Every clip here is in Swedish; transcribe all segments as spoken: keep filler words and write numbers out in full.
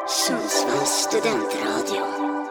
Sundsvalls studentradio.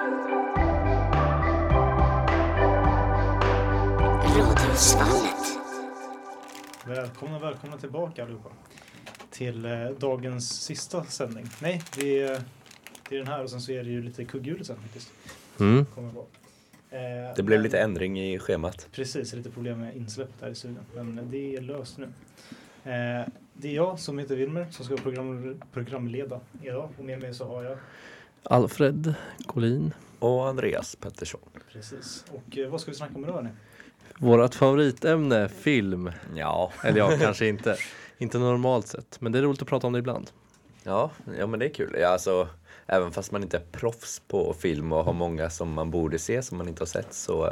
Radiosvallet. Välkomna, välkomna tillbaka allihopa till eh, dagens sista sändning. Nej, det är, det är den här och sen så är det ju lite kugghjulet sen faktiskt. Mm. Kommer på. Eh, Det blev men, lite ändring i schemat. Precis, lite problem med insläppet här i studion. Men det är löst nu. Eh, det är jag som heter Wilmer som ska program, programleda idag. Och med mig så har jag... Alfred Collin. Och Andreas Pettersson. Precis. Och eh, vad ska vi snacka om idag nu? Vårat favoritämne, film. Ja. Eller ja, kanske inte. Inte normalt sett. Men det är roligt att prata om det ibland. Ja, ja men det är kul. Ja, alltså, även fast man inte är proffs på film och har många som man borde se som man inte har sett så,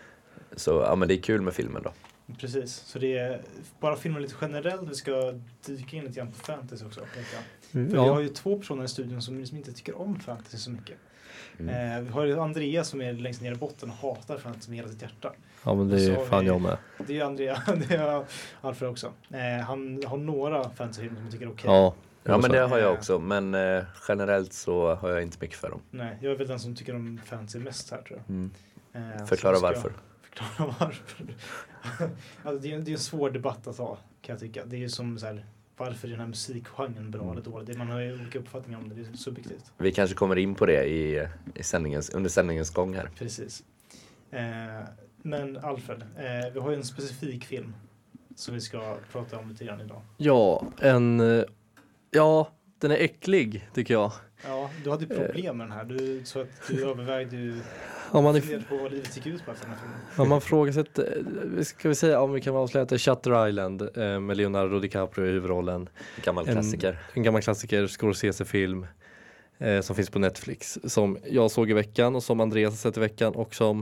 så ja, men det är kul med filmen då. Precis, så det är bara filmen lite generellt. Vi ska dyka in lite grann på fantasy också. Mm, För ja. vi har ju två personer i studion som liksom inte tycker om fantasy så mycket. Mm. Eh, vi har ju Andreas som är längst ner i botten och hatar fantasy med hela sitt hjärta. Ja, men det Så är har fan vi- jag med. Det är ju Andrea, det är Alfred också. Eh, han har några fantasyfilmer som han tycker är okej. Ja, Ja men det så. har jag också. Men eh, generellt så har jag inte mycket för dem. Nej, jag är väl den som tycker om fantasy mest här tror jag. Mm. Eh, Förklara så ska jag varför. Förklara varför. Alltså, det, är, det är en svår debatt att ha, kan jag tycka. Det är ju som så här, varför är den här musikgenren bra eller dålig? Det- Man har ju olika uppfattningar om det, det är subjektivt. Vi kanske kommer in på det i, i sändningens, under sändningens gång här. Precis. Eh, men Alfred, eh, vi har ju en specifik film som vi ska prata om lite grann idag. ja, en... eh, Ja, den är äcklig tycker jag. Ja, du hade ju problem med den här. Du, så att du övervägde ju Om man, funderade på vad livet gick ut på efter den här filmen. om man frågar sig, eh, ska vi säga om vi kan avslöja att det är Shutter Island eh, med Leonardo DiCaprio i huvudrollen. Gammal En- klassiker. En gammal klassiker, Scorsese-film eh, som finns på Netflix. Som jag såg i veckan och som Andreas har sett i veckan och som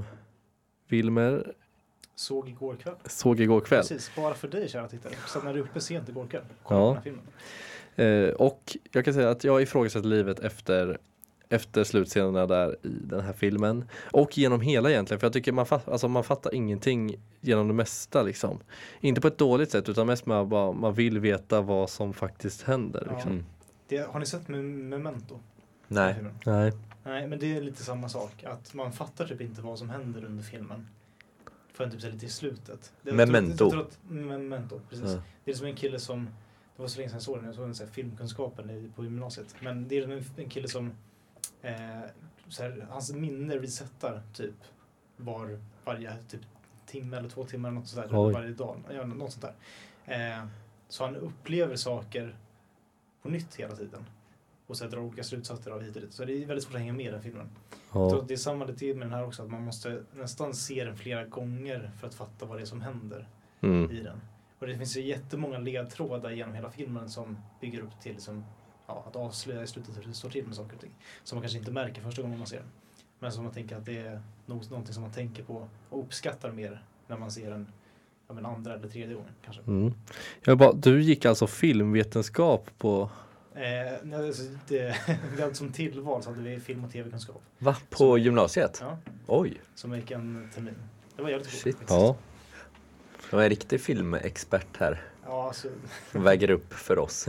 Wilmer Såg igår kväll. såg igår kväll. Precis, bara för dig kära tittare. Så när du är uppe sent igår kväll. Kolla Ja. på den här filmen. Eh, och jag kan säga att jag ifrågasätter livet efter, efter slutscenerna där i den här filmen. Och genom hela egentligen. För jag tycker man, fatt, alltså man fattar ingenting genom det mesta liksom. Inte på ett dåligt sätt utan mest med att bara, man vill veta vad som faktiskt händer. Ja. Liksom. Mm. Det, har ni sett med Memento? Nej. Filmen? Nej. Nej, men det är lite samma sak. Att man fattar typ inte vad som händer under filmen. Förrän typ så lite i slutet. Det, jag tror- Memento. Jag tror att, Memento, precis. Ja. Det är som en kille som, det var så länge sedan jag såg den, jag såg den så här, filmkunskapen i, på gymnasiet. Men det är en, en kille som, eh, så här, hans minne resetar typ var varje typ timme eller två timmar eller något sånt där, Oj. varje dag. Ja, något sånt där. Eh, så han upplever saker på nytt hela tiden. Och så drar olika slutsatser av hit och dit. Så det är väldigt svårt att hänga med i den filmen. Så Ja. det är samma lite med den här också, att man måste nästan se den flera gånger för att fatta vad det är som händer Mm. i den. Och det finns ju jättemånga ledtrådar genom hela filmen som bygger upp till som, ja, att avslöja i slutet hur det står till med saker och ting. Som man kanske inte märker första gången man ser den. Men som man tänker att det är något, någonting som man tänker på och uppskattar mer när man ser den, ja, men andra eller tredje gången kanske. Mm. Jag bara, du gick alltså filmvetenskap på... Eh, nej, alltså, det, vi hade som tillval så hade vi film- och tv-kunskap. Va? På Så- gymnasiet? Ja, Oj. som gick en termin. Det var jävligt coolt. Shit. faktiskt. Ja. Jag är en riktig filmexpert här. Ja, alltså, Som väger upp för oss.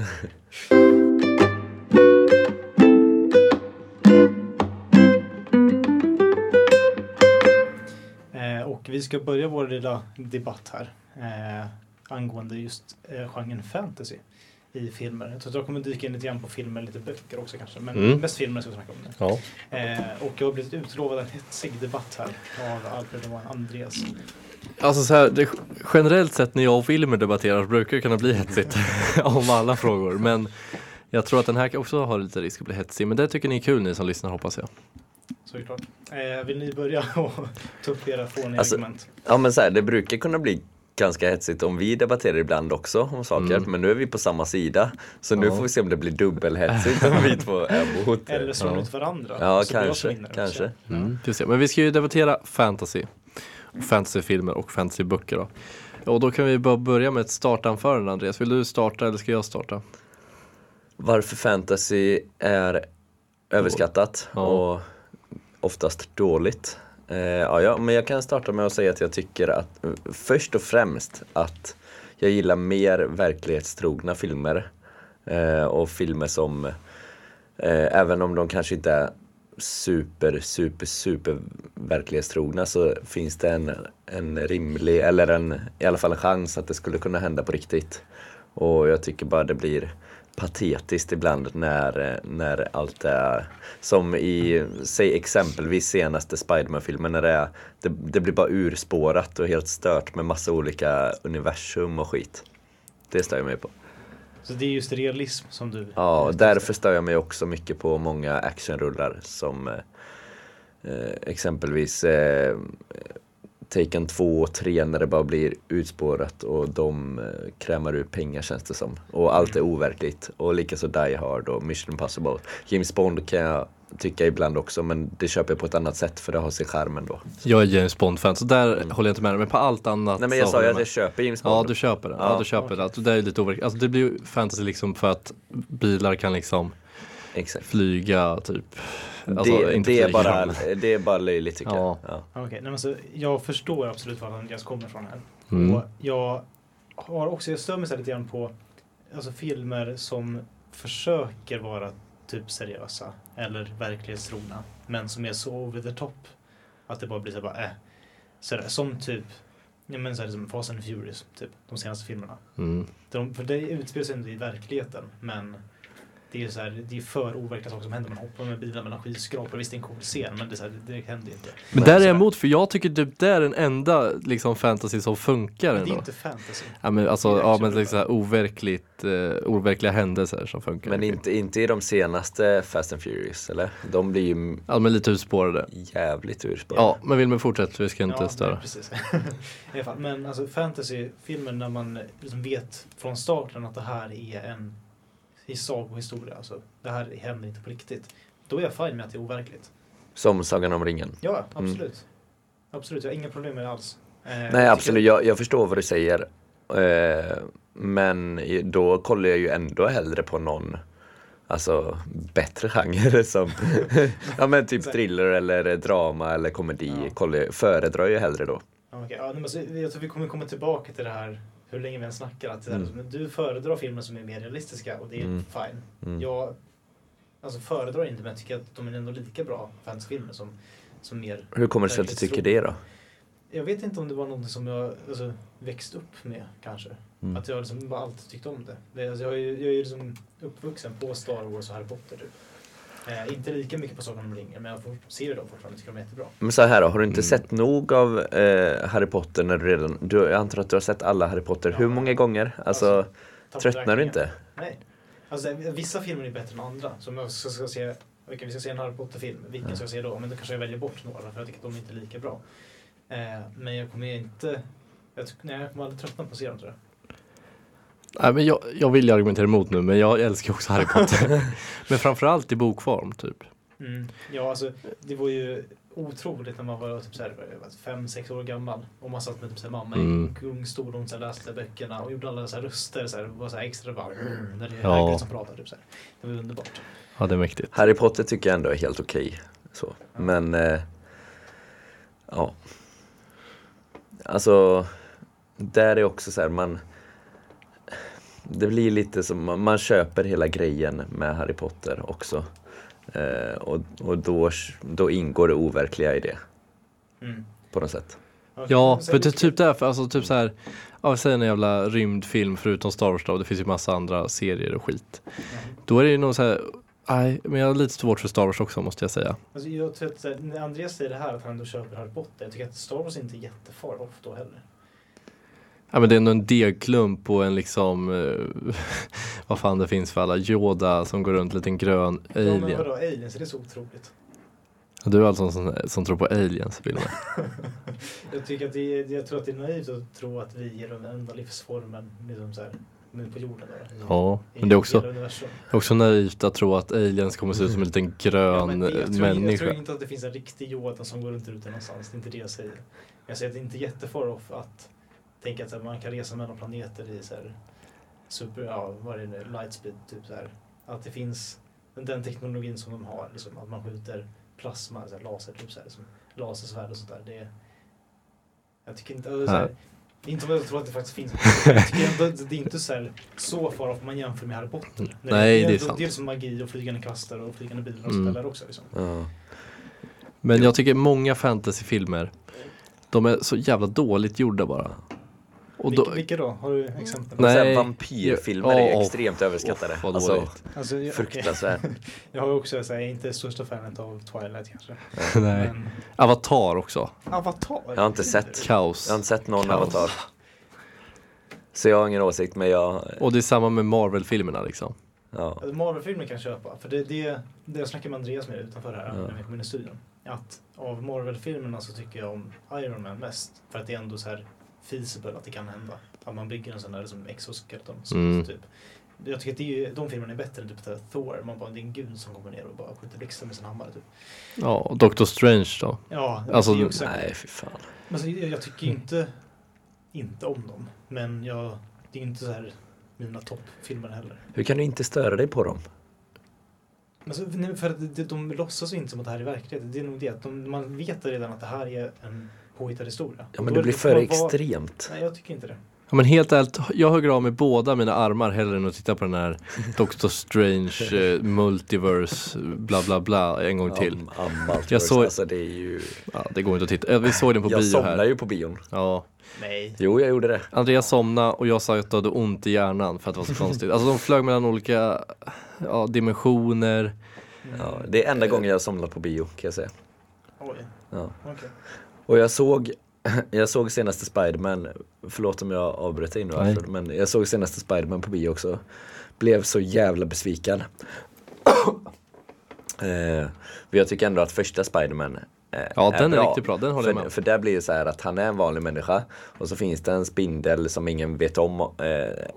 Eh, och vi ska börja vår lilla debatt här eh, angående just eh, genren fantasy i filmer. Jag tror att jag kommer dyka in lite grann på filmer, lite böcker också kanske. Men Mm. mest filmer ska vi snacka om nu. Ja. Eh, och jag har blivit utlovad en hetsig debatt här av Alfred och Andreas. Alltså så här, det, generellt sett när jag och Wilmer debatterar så brukar det kunna bli hetsigt om alla frågor. Men jag tror att den här också har lite risk att bli hetsig. Men det tycker ni är kul, ni som lyssnar, hoppas jag. Såklart. Eh, vill ni börja och ta upp era fåniga Alltså, argument? Ja men så här, det brukar kunna bli ganska hetsigt om vi debatterar ibland också om saker. Mm. Men nu är vi på samma sida. Så nu Ja. får vi se om det blir dubbelhetsigt om vi två är mot. Eller slår ja. ut varandra? Ja, Så blir jag som kanske. vinner, kanske. så. Mm. Vi får se. Men vi ska ju debattera fantasy. Och fantasyfilmer och fantasyböcker då. Och då kan vi bara börja med ett startanförande, Andreas. Vill du starta eller ska jag starta? Varför fantasy är överskattat Ja. och oftast dåligt. Eh, ja, ja, men jag kan starta med att säga att jag tycker att eh, först och främst att jag gillar mer verklighetstrogna filmer. Eh, och filmer som Eh, även om de kanske inte är super, super, super verklighetstrogna så finns det en, en rimlig, eller en, i alla fall en chans att det skulle kunna hända på riktigt. Och jag tycker bara det blir patetiskt ibland när, när allt är som i, säg exempelvis senaste Spider-Man-filmen när det är, det, det blir bara urspårat och helt stört med massa olika universum och skit. Det stör jag mig på. Så det är just realism som du... Ja, och därför stör jag mig också mycket på många actionrullar som eh, exempelvis eh, Taken två och tre när det bara blir utspårat och de eh, krämar ut pengar känns det som. Och allt är overkligt. Och likaså Die Hard och Mission Impossible. James Bond kan jag tycka ibland också, men det köper jag på ett annat sätt för det har sig charmen då. Jag är James Bond-fan, så där mm. håller jag inte med. Men på allt annat... Nej, men jag så sa ju att jag jag köper James Bond. Ja, du köper det. Ja, ja du köper okay. det. Alltså, det är lite overkligt. Alltså, det blir ju fantasy liksom för att bilar kan liksom Exakt. Flyga typ. Alltså, det, inte det, är flyga, bara, men... det är bara löjligt tycker ja. jag. Ja. Okay, nej, men så jag förstår absolut var Andreas kommer från här. Mm. Och jag har också, jag stör mig så lite grann på alltså, filmer som försöker vara typ seriösa eller verklighetstrogna, men som är så over the top att det bara blir så bara äh. Så där, som typ ja, men så här, som Fast and Furious typ, de senaste filmerna. Mm. De, för det utspelar sig inte i verkligheten, men det är så här, det är för overkliga saker som händer. Man hoppar med bilar mellan skyskrapor. Visst, det är en cool scen, men det, är så här, det, det händer inte. Men där är jag emot, för jag tycker typ det är den enda liksom fantasy som funkar men ändå. det är inte fantasy. Ja, men alltså, ja, men liksom så här overkligt, uh, overkliga händelser som funkar. Men inte, inte i de senaste Fast and Furious, eller? De blir ju ja, men lite urspårade. jävligt urspårade. Ja, men vill man fortsätta, vi ska inte ja, störa. Nej, precis. I alla fall, men alltså fantasy-filmer när man liksom vet från starten att det här är en i sagohistoria, alltså det här händer inte på riktigt. Då är jag fine med att det är overkligt. Som Sagan om ringen. Ja, absolut. Mm. Absolut, jag har inga problem med det alls. Eh, Nej, absolut. Jag, jag förstår vad du säger. Eh, men då kollar jag ju ändå hellre på någon alltså bättre genre som ja, men typ thriller eller drama eller komedi. Ja. Kollar, föredrar jag hellre då. Okay, ja, men så, jag tror vi kommer komma tillbaka till det här hur länge vi än snackar att mm. men du föredrar filmer som är mer realistiska och det är mm. fine. Mm. Jag alltså föredrar inte, men jag tycker att de är ändå lika bra fantasy-filmer som, som mer... Hur kommer det sig att du tycker det då? Jag vet inte om det var något som jag alltså, växt upp med kanske. Mm. Att jag liksom bara alltid tyckt om det. det alltså, jag, är, jag är ju liksom uppvuxen på Star Wars och Harry Potter typ. Eh, inte lika mycket på Sagan om ringen, men jag får, ser dem fortfarande, tycker de är jättebra. Men så här då, har du inte mm. sett nog av eh, Harry Potter när du redan... Du, jag antar att du har sett alla Harry Potter. Ja. Hur många gånger? Alltså, alltså tröttnar du inte? Nej. Alltså vissa filmer är bättre än andra. Så om jag ska, ska se, okay, vi ska se en Harry Potter-film, vilken ja. ska jag se då? Men då kanske jag väljer bort några, för jag tycker att de är inte lika bra. Eh, men jag kommer inte... Jag, nej, jag kommer aldrig tröttna på att se dem, tror jag. Nej, men jag, jag vill ju argumentera emot nu, men jag älskar också Harry Potter. Men framförallt i bokform, typ. Mm. Ja, alltså, det var ju otroligt när man var typ så här, fem, sex år gammal. Och man satt med typ så här, mamma mm. i gungstol och så här, läste böckerna och gjorde alla så här röster. Så här, var så här extra bara, mm, när det är ja. Hagrid som pratar. Typ, så här. Det var underbart. Ja, det är mäktigt. Harry Potter tycker jag ändå är helt okej. Okay, så. Ja. Men, eh, ja. Alltså, där är också så här, man... Det blir lite som, man, man köper hela grejen med Harry Potter också. Eh, och och då, då ingår det overkliga i det. Mm. På något sätt. Ja, för det är typ därför, alltså typ så här, ja, säg en jävla rymdfilm förutom Star Wars då, det finns ju massa andra serier och skit. Mm. Då är det ju någon så här, nej, men jag har lite svårt för Star Wars också, måste jag säga. Alltså jag tror att när Andreas säger det här att han då köper Harry Potter, jag tycker att Star Wars inte är jättefar ofta heller. Ja, men det är ändå en degklump och en liksom uh, vad fan det finns för alla Yoda som går runt, liten grön alien. Ja, men vadå, aliens, är det så otroligt? Du är alltså som, som tror på aliens, Wilmer. Jag tycker att det är, jag tror att det är naivt att tro att vi är den enda livsformen liksom så här, på jorden. Då, ja, men det är också, också naivt att tro att aliens kommer se ut som en liten grön ja, jag tror, människa. Jag tror inte att det finns en riktig Yoda som går runt ute någonstans, det är inte det jag säger. Jag säger att det är inte jättefar off att tänka att man kan resa mellan planeter i så här super, ja, vad är det nu, lightspeed typ så här. Att det finns den teknologin som de har, liksom, att man skjuter plasma, så här, laser typ så här, som lasersvärd och sånt där. Det jag tycker inte så här, Det är inte vad jag tror att det faktiskt finns. Jag tycker ändå, det är inte så, här, så far off man jämför med Harry Potter. Nej, det är, det är ändå, sant. Dels som magi och flygande kvastar och flygande bilar och Mm. spelar också. Liksom. Ja. Men jag tycker många fantasyfilmer, de är så jävla dåligt gjorda bara. Och Vilka, då, vilka då? Har du exempel? Nej. Nej. Vampyrfilmer Ja, är ju åh, extremt överskattade. åh, vad alltså, dåligt. Alltså, jag, fruktansvärt. okej. Jag har också så här, jag är inte största fanet av Twilight kanske. Nej. Men Avatar också. Avatar? Jag har inte sett. Kaos. Jag har inte sett någon Kaos. Avatar. Så jag har ingen åsikt, men jag... Och det är samma med Marvel-filmerna liksom. Ja. Alltså, Marvel-filmer kan jag köpa. För det, det, det jag snackade med Andreas med utanför här, Ja. när vi kom in i studion. Att av Marvel-filmerna så tycker jag om Iron Man mest. För att det är ändå så här feasible att det kan hända. Att man bygger en sån där som exoskeleton. Mm. Typ. Jag tycker att det är ju, de filmerna är bättre än typ där Thor. Man bara, det är en gud som kommer ner och bara skjuter blixtar med sin hammare. Typ. Ja, och Doctor Strange då. Ja, Alltså, det är ju också, Nej, fy fan. men så, jag, jag tycker inte, inte om dem. Men jag, det är inte så här mina toppfilmer heller. Hur kan du inte störa dig på dem? Alltså, nej, för att de, de låtsas ju inte som att det här är verklighet. Det är nog det att de, man vet redan att det här är en påhittad historia. Ja, Och men då det är blir då för får man vara- extremt. Nej, jag tycker inte det. Ja, men helt ärligt, jag hugger av med båda mina armar hellre än att titta på den här Doctor Strange eh, multiverse bla bla bla en gång till. Am, am, allt Jag jag såg- Alltså, det är ju... Ja, det går inte att titta. Eh, Vi såg den på Jag bio somnade här. ju på bion. Ja. Nej. Jo, jag gjorde det. Andreas somnade och jag sa att du hade ont i hjärnan för att det var så konstigt. Alltså de flög mellan olika ja, dimensioner. Ja, det är enda gången jag somnat på bio, kan jag säga. Oj, Ja. okej. Och jag såg, jag såg senaste Spider-Man, förlåt om jag avbröt dig nu, Nej. Alfred, men jag såg senaste Spider-Man på bio också. Blev så jävla besviken. eh, för jag tycker ändå att första Spider-Man eh, Ja, är den är bra. riktigt bra, den håller jag med För, om. för där blir det så här att han är en vanlig människa och så finns det en spindel som ingen vet om eh, eh,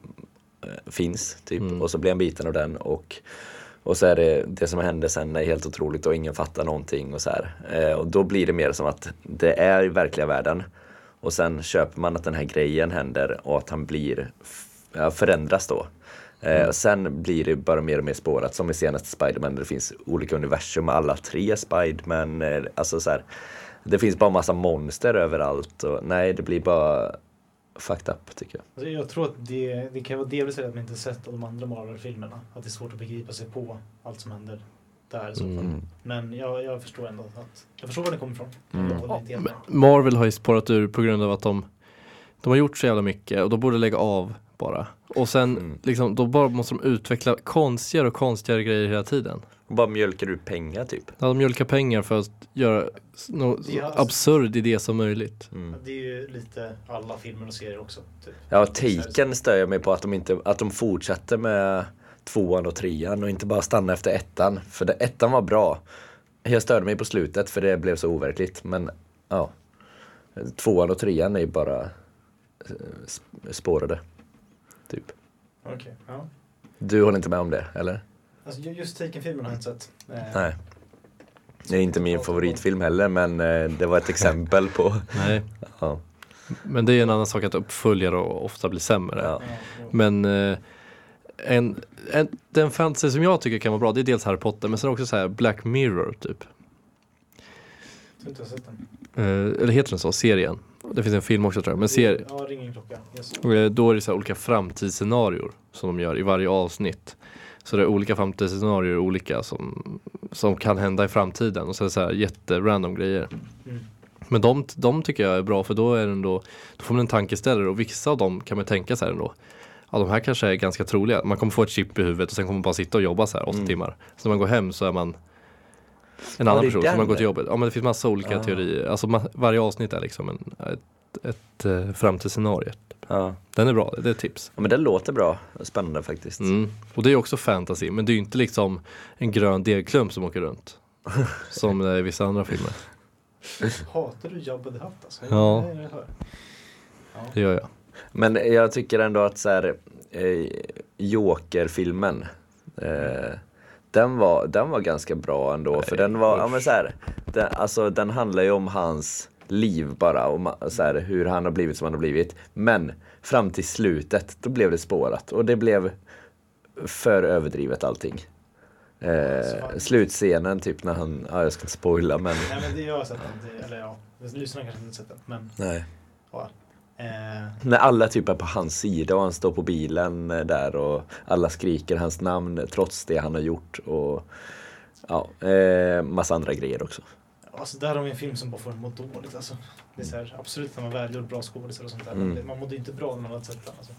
finns typ, Mm. och så blir han biten av den och Och så är det, det som händer sen är helt otroligt och ingen fattar någonting och så här. Eh, och då blir det mer som att det är i verkliga världen. Och sen köper man att den här grejen händer och att han blir f- ja, förändras då. Eh, Mm. och sen blir det bara mer och mer spårat, som i senaste Spider-Man där det finns olika universum, alla tre Spider-Man. Eh, alltså så här, det finns bara massa monster överallt och nej, det blir bara fucked up tycker jag. Alltså, jag tror att det, det kan vara delvis att man inte sett de andra Marvel-filmerna. Att det är svårt att begripa sig på allt som händer där i så fall. Mm. Men jag, jag förstår ändå att jag förstår var det kommer ifrån. Mm. Jag håller inte helt med. Marvel har ju spårat ur på grund av att de De har gjort så jävla mycket och då borde lägga av bara. Och sen Mm. liksom, då bara måste de utveckla konstigare och konstigare grejer hela tiden. Och bara mjölkar ut pengar typ. Ja, de mjölkar pengar för att göra något Ja, så absurd idé som möjligt. Mm. Det är ju lite alla filmer och serier också. Typ. Ja, Taken stör jag mig på att de inte att de fortsätter med tvåan och trean och inte bara stanna efter ettan. För det, ettan var bra. Jag störde mig på slutet för det blev så overkligt. Men ja, tvåan och trean är ju bara eh, sp- spårade. Typ. Okej, ja. Du håller inte med om det, eller? Alltså, ju- just Taken-filmen har jag inte sett. Eh, Nej. Det är inte min favoritfilm heller, men eh, det var ett exempel på... Nej. Ja, Men det är en annan sak att uppföljare och ofta blir sämre. ja. Ja, och- Men eh, en, en, den fantasy som jag tycker kan vara bra, det är dels Harry Potter, men sen också så här Black Mirror typ. jag tror inte jag har sett den. Eh, eller heter den så? Serien. Det finns en film också tror jag. Men ser, Ja, ring en klocka. Yes. eh, då är det så här olika framtidsscenarier som de gör i varje avsnitt. Så det är olika framtidsscenarier olika som, som kan hända i framtiden. Och så är det så här jätterandom grejer. Mm. Men de, de tycker jag är bra för då är den då, då får man en tankeställare och vissa av dem kan man tänka så här ändå. Ja, de här kanske är ganska troliga. Man kommer få ett chip i huvudet och sen kommer man bara sitta och jobba så här åtta Mm. timmar. Så när man går hem så är man en Ja, annan det är person den. som har gått till jobbet. Ja, men det finns massa olika Ah. teorier. Alltså ma- varje avsnitt är liksom en, ett, ett uh, framtidsscenario. Ja. Den är bra, det är ett tips. Ja, men det låter bra. Spännande faktiskt. Mm. Och det är också fantasy, men det är ju inte liksom en grön degklump som åker runt. Som det är i vissa andra filmer. Hatar du Jabba the Hutt alltså? Ja. Jag, jag hör. Ja. Det gör jag. Men jag tycker ändå att så här, eh, Joker-filmen eh, den, var, den var ganska bra ändå. Nej, för den var, ja, usch. men så här, den, alltså, den handlar ju om hans liv bara. Om så här, hur han har blivit som han har blivit. Men fram till slutet, då blev det spårat. Och det blev för överdrivet allting. Eh, slutscenen typ när han, ja jag ska inte spoila men Nej, men det jag har sett den. Det, eller ja, lyssnarna kanske inte sett den. Men nej. ja, Eh, När alla typ är på hans sida och han står på bilen där och alla skriker hans namn trots det han har gjort och ja, eh, massa andra grejer också. Alltså där har vi en film som bara får en må dåligt alltså. Det är så här, absolut när man väljer bra skådisar och sånt där. Mm. Men man mådde inte bra när man hade sett den alltså.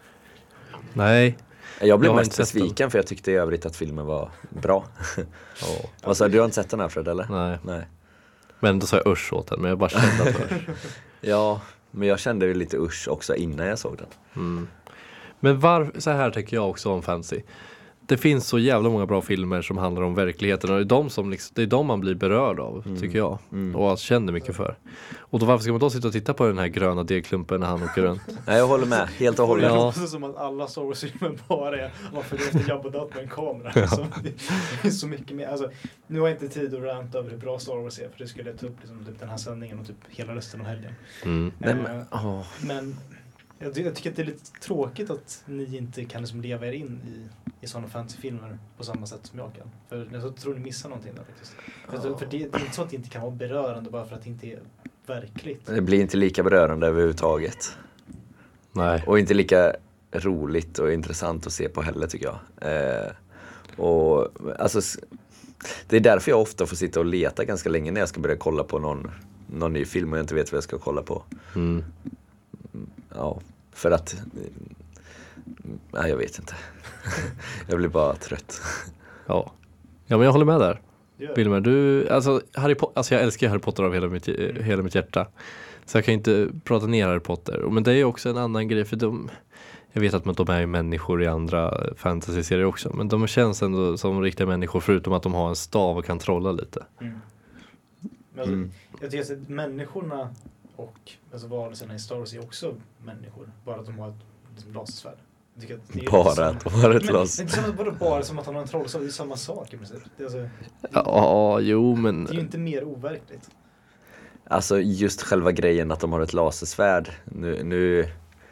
Nej. Jag blev Jag har mest inte sett den. besviken för jag tyckte i övrigt att filmen var bra. Ja. Vad sa du, har inte sett den här Fred eller? Nej. Nej. Men då sa jag usch åt den, men jag bara kände att usch. Ja, men jag kände ju lite usch också innan jag såg den. Mm. Men var, så här tänker jag också om fantasy. Det finns så jävla många bra filmer som handlar om verkligheten och det är de, som liksom, det är de man blir berörd av, Mm. tycker jag. Mm. Och känner mycket för. Och då varför ska man då sitta och titta på den här gröna degklumpen när han åker runt? Nej, jag håller med, helt och Och hållet. det Ja. låter som att alla Star Wars-filmer bara är man följer efter Jabba the Hutt med en kamera. Alltså, det är så mycket mer. Alltså, nu har jag inte tid att ranta över hur bra Star Wars är för det skulle jag ta upp liksom, typ den här sändningen och typ hela resten av helgen. Mm. Nej, Eh, men, åh. Men jag, ty- jag tycker att det är lite tråkigt att ni inte kan liksom leva er in i, i sådana fantasyfilmer på samma sätt som jag kan. För jag tror ni missar någonting där faktiskt. För, för det, det är inte så att det inte kan vara berörande bara för att det inte är verkligt. Det blir inte lika berörande överhuvudtaget. Nej. Och inte lika roligt och intressant att se på heller tycker jag. Eh, och alltså, s- det är därför jag ofta får sitta och leta ganska länge när jag ska börja kolla på någon, någon ny film och jag inte vet vad jag ska kolla på. Mm. Ja, för att... eh, Nej, jag vet inte. Jag blir bara trött. Ja. Ja, men jag håller med där. Gör. Wilmer, du, alltså, Harry po- alltså jag älskar Harry Potter av hela mitt, hela mitt hjärta. Så jag kan inte prata ner Harry Potter. Men det är också en annan grej för de, jag vet att de är människor i andra fantasy-serier också. Men de känns ändå som riktiga människor förutom att de har en stav och kan trolla lite. Mm. Men alltså, Mm. jag tycker att människorna och alltså varelserna i Star Wars är också människor. Bara att de har ett liksom, lasersvärd. Jag tycker att det är Bara som- att de har ett Men las. det är inte som, bara, bara som att han har en trollstav, det är samma sak i princip. Det är, alltså, Ja, jo men... det är ju inte mer overkligt. Alltså just själva grejen att de har ett lasersvärd. Nu, nu,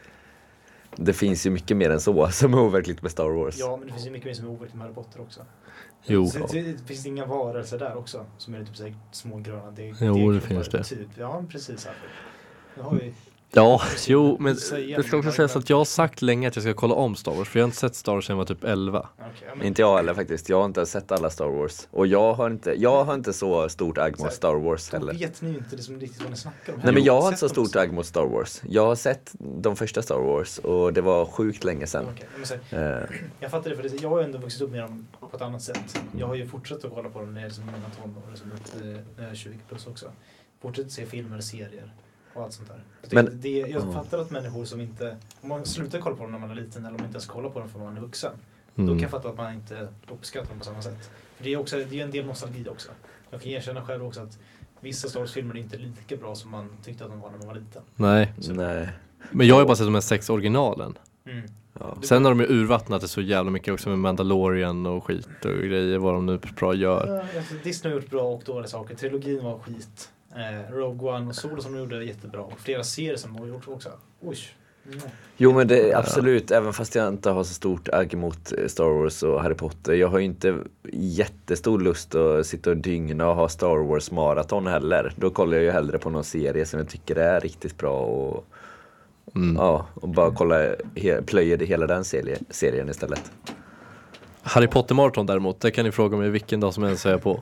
det finns ju mycket mer än så som är overkligt med Star Wars. Ja, men det finns ju mycket mer som är overkligt med Harry Potter också. Jo. Så, det, det finns inga varelser där också som är typ så här små gröna. Det, Jo, det kan finns vara det. Typ, ja, precis. Här. Nu har vi... Ja, jo, men Säga det ska också det. sägas att jag har sagt länge att jag ska kolla om Star Wars. För jag har inte sett Star Wars sedan jag var typ elva. Okay, ja, men, Inte jag heller faktiskt. Jag har inte sett alla Star Wars. Och jag har inte, jag har inte så stort agg mot Star Wars då heller. vet ni ju inte liksom riktigt vad ni snackar om. Nej, men jag har sett inte så dem stort agg mot Star Wars. Jag har sett de första Star Wars och det var sjukt länge sedan. Okej, men så här, Eh, jag fattar det, för det, jag har ju ändå vuxit upp med dem på ett annat sätt. Jag har ju fortsatt att kolla på dem när jag är som många tonår, som upp till när jag är tjugo plus också. Fortsätter se filmer och serier och allt sånt där. Jag, Men- men, det, jag Ja. fattar att människor som inte, om man slutar kolla på dem när man är liten eller om man inte ens kollar på dem för man är vuxen, Mm. då kan jag fatta att man inte uppskattar dem på samma sätt. För det är också, det är en del nostalgi också. Jag kan erkänna själv också att vissa Star Wars-filmer är inte lika bra som man tyckte att de var när man var liten. Nej, nej. men jag har ju bara sett de här sex originalen. Mm. Ja. Sen har de ju urvattnat det så jävla mycket också med Mandalorian och skit och grejer, vad de nu bra gör. Ja, alltså, Disney har gjort bra och dåliga saker. Trilogin var skit. Eh, Rogue One och Solo som de gjorde är jättebra. Och flera serier som de har gjort också. Oj. Mm. Jo men det är absolut, även fast jag inte har så stort agg mot eh, Star Wars och Harry Potter. Jag har ju inte jättestor lust att sitta och dygna och ha Star Wars maraton heller. Då kollar jag ju hellre på någon serie som jag tycker är riktigt bra och, Mm. ja, och bara kolla, he, plöjer det hela den serie, serien istället. Harry Potter Marathon däremot, det kan ni fråga mig vilken dag som helst säga på.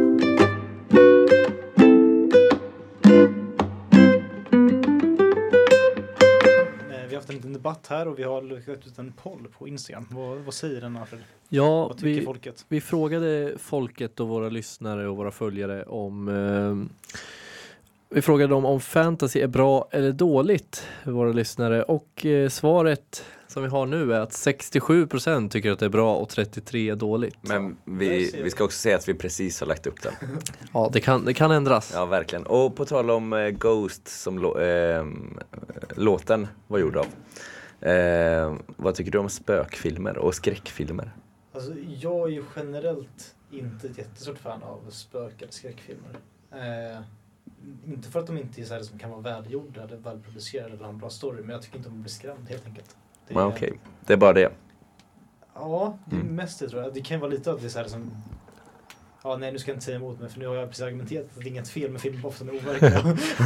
Eh, vi har haft en liten debatt här och vi har lagt ut en poll på Instagram. Vad, vad säger den, Alfred? Ja, Vad tycker vi, folket? vi frågade folket och våra lyssnare och våra följare om eh, vi frågade dem om fantasy är bra eller dåligt, våra lyssnare, och eh, svaret som vi har nu är att sextiosju procent tycker att det är bra och trettiotre är dåligt. Men Där vi, ser vi. vi ska också säga att vi precis har lagt upp den. Ja, det kan, det kan ändras. Ja, verkligen. Och på tal om eh, Ghost som lå- eh, låten var gjord av. Eh, vad tycker du om spökfilmer och skräckfilmer? Alltså, jag är ju generellt inte ett jättestort fan av spök- eller skräckfilmer. Eh, inte för att de inte är så här som kan vara välgjorda eller välproducerade eller ha en bra story, men jag tycker inte om att bli skrämd helt enkelt. Det är- Men okej, det är bara det. Ja, det är Mm. mest det tror jag. Det kan ju vara lite att det är så här som... Ja, nej, nu ska jag inte säga emot mig, för nu har jag precis argumenterat att det är inget fel med filmer bara för att de är overkliga.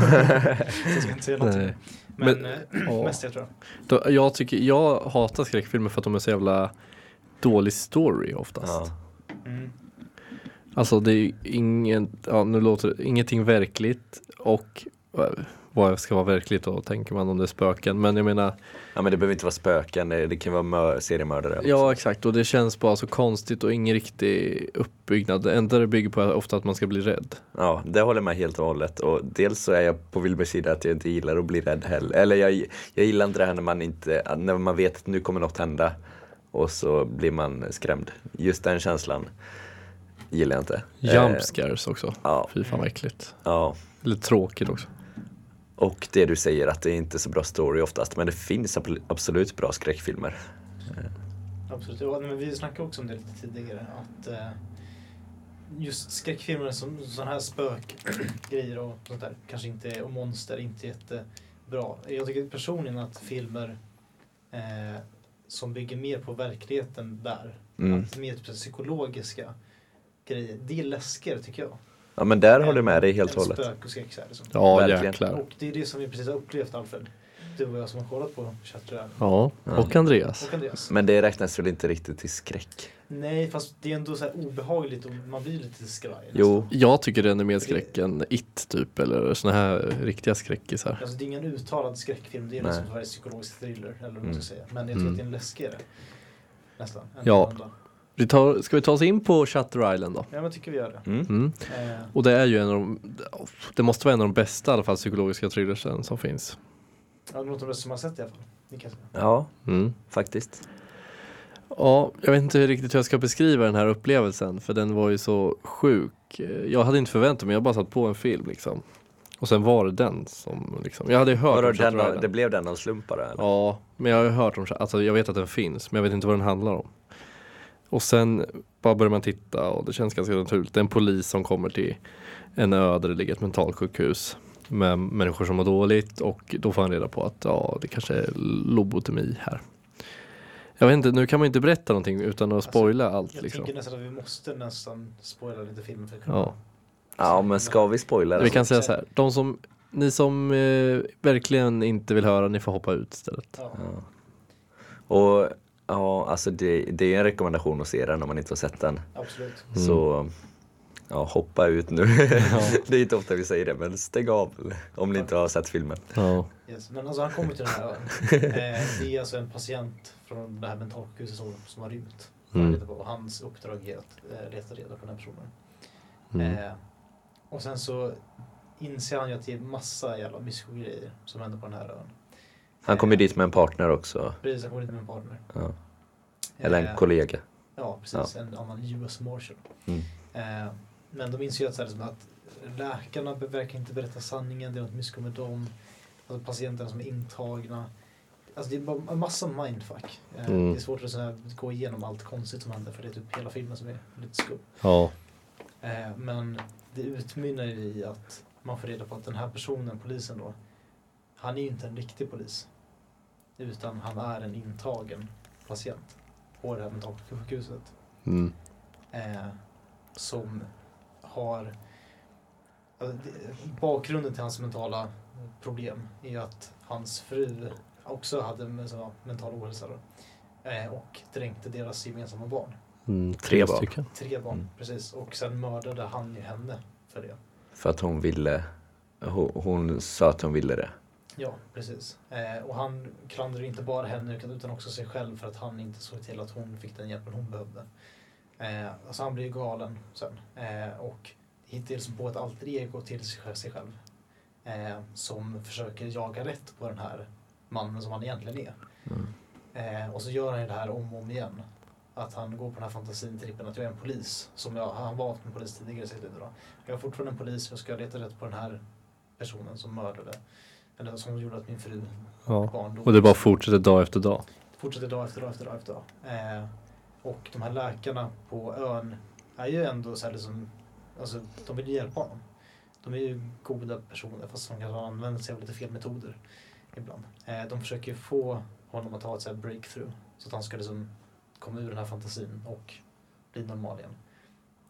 Så jag ska inte säga någonting. Nej. Men, Men, men ja. mest jag tror jag. Då, jag, tycker, jag hatar skräckfilmer för att de är så jävla dålig story oftast. Ja. Mm. Alltså det är ingen, ja, nu låter det, ingenting verkligt och vad ska vara verkligt då, tänker man om det är spöken. Men jag menar... Ja, men det behöver inte vara spöken, det, det kan vara mör- seriemördare också. Ja, exakt. Och det känns bara så konstigt och ingen riktig uppbyggnad. Det enda det bygger på är ofta att man ska bli rädd. Ja, det håller jag med helt och hållet. Och dels så är jag på Wilburs sida att jag inte gillar att bli rädd heller. Eller jag, jag gillar inte det här när man, inte, när man vet att nu kommer något hända. Och så blir man skrämd. Just den känslan gillar jag inte. Jump scares också. Ja. Fy fan vad äckligt. Ja. Lite tråkigt också. Och det du säger att det är inte så bra story oftast. Men det finns ab- absolut bra skräckfilmer. Absolut, ja, men vi snackade också om det lite tidigare. Att eh, just skräckfilmer som sådana här spökgrejer och sånt där kanske inte, och monster inte jättebra. Jag tycker personligen att filmer eh, som bygger mer på verkligheten där, Mm. att mer typ psykologiska grejer, det är läskigare tycker jag. Ja, men där håller jag med dig helt och en hållet. spök och skräck så här, liksom. Ja, Verkligen. jäklar. Och det är det som vi precis har upplevt, Alfred. Du och jag som har kollat på Shutter Island. Ja, och Andreas. Och Andreas. Men det räknas väl inte riktigt till skräck? Nej, fast det är ändå så här obehagligt och man blir lite skraj. Jo. nästan. Jag tycker den är mer skräck än It typ, eller såna här riktiga skräckisar. Alltså det är ingen uttalad skräckfilm, det är Nej. liksom en psykologisk thriller eller vad man Mm. ska säga. Men jag tycker Mm. att det är en läskigare. Nästan. än Ja. den andra. Vi tar, ska vi ta oss in på Shutter Island då? Ja, men tycker vi gör det. Mm. Mm. Eh, Och det är ju en av de, det måste vara en av de bästa i alla fall psykologiska thrillersen som finns. ja, något av det som har sett i alla fall. Det kan jag säga. Ja, Mm. faktiskt. Ja, jag vet inte riktigt hur jag ska beskriva den här upplevelsen, för den var ju så sjuk. Jag hade inte förväntat mig, jag bara satt på en film liksom. Och sen var det den som liksom, jag hade ju hört Vadå, om Shutter den, Island. det blev den av slump bara, eller? Ja, men jag har ju hört om, alltså jag vet att den finns, men jag vet inte vad den handlar om. Och sen bara börjar man titta och det känns ganska naturligt. Det är en polis som kommer till en ö där det ligger ett mentalsjukhus med människor som mår dåligt, och då får han reda på att ja, det kanske är lobotomi här. Jag vet inte, nu kan man inte berätta någonting utan att spoila allt Jag liksom. tänker nästan att vi måste nästan spoila lite filmen för att kunna... Ja. Ja, men ska vi spoila det? Vi kan säga så här, de som, ni som eh, verkligen inte vill höra, ni får hoppa ut istället. Ja. Ja. Och ja, alltså det, det är en rekommendation att se den om man inte har sett den. Absolut. Mm. Så ja, hoppa ut nu. Ja. Det är inte ofta vi säger det, men stäng av om ni inte har sett filmen. Ja. Yes. Men alltså han kommer till den här ön. Eh, det är alltså en patient från det här mentalsjukhuset som, som har rymt. Mm. Mm. Och hans uppdrag är att eh, leta reda på den här personen. Mm. Eh, och sen så inser han ju att det är massa jävla mysko-grejer som händer på den här ön. Han kommer dit med en partner också. Precis, han kommer dit med en partner. Ja. Eller en Eh, kollega. Ja, precis. En annan U S Marshal. Mm. Eh, men de inser ju att, så här, liksom, att läkarna verkar inte berätta sanningen. Det är något mysko med dem. Alltså patienterna som är intagna. Alltså det är bara en massa mindfuck. Eh, Mm. Det är svårt att så här, gå igenom allt konstigt som händer, för det är typ hela filmen som är lite skum. Ja. Eh, men det utmynnar ju i att man får reda på att den här personen, polisen då, han är ju inte en riktig polis. Utan han är en intagen patient på det här mentalsjukhuset. Mm. Eh, som har... Alltså, det, bakgrunden till hans mentala problem är ju att hans fru också hade med, så, mental ohälsa då, eh, och dränkte deras gemensamma barn. Mm. Tre barn. stycken. Tre barn, Mm. precis. Och sen mördade han ju henne för det. För att hon ville, hon, hon sa att hon ville det. Ja, precis. Eh, och han klandrar inte bara henne utan också sig själv för att han inte såg till att hon fick den hjälpen hon behövde. Eh, alltså han blir ju galen sen. Eh, och hittar liksom på ett alter ego till sig själv. Eh, som försöker jaga rätt på den här mannen som han egentligen är. Mm. Eh, och så gör han ju det här om och om igen. Att han går på den här fantasitrippen att jag är en polis. Som jag, han var en polis tidigare i sitt liv då. Jag är fortfarande en polis, jag ska leta rätt på den här personen som mördade. Eller som gjorde att min fru Ja. och barn dog. Och det bara fortsätter dag efter dag. Fortsätter dag efter dag efter dag efter dag. Eh, och de här läkarna på ön är ju ändå så här liksom, alltså de vill hjälpa honom. De är ju goda personer fast de kanske använder sig av lite fel metoder ibland. Eh, de försöker få honom att ta ett så här breakthrough så att han ska liksom komma ur den här fantasin och bli normal igen.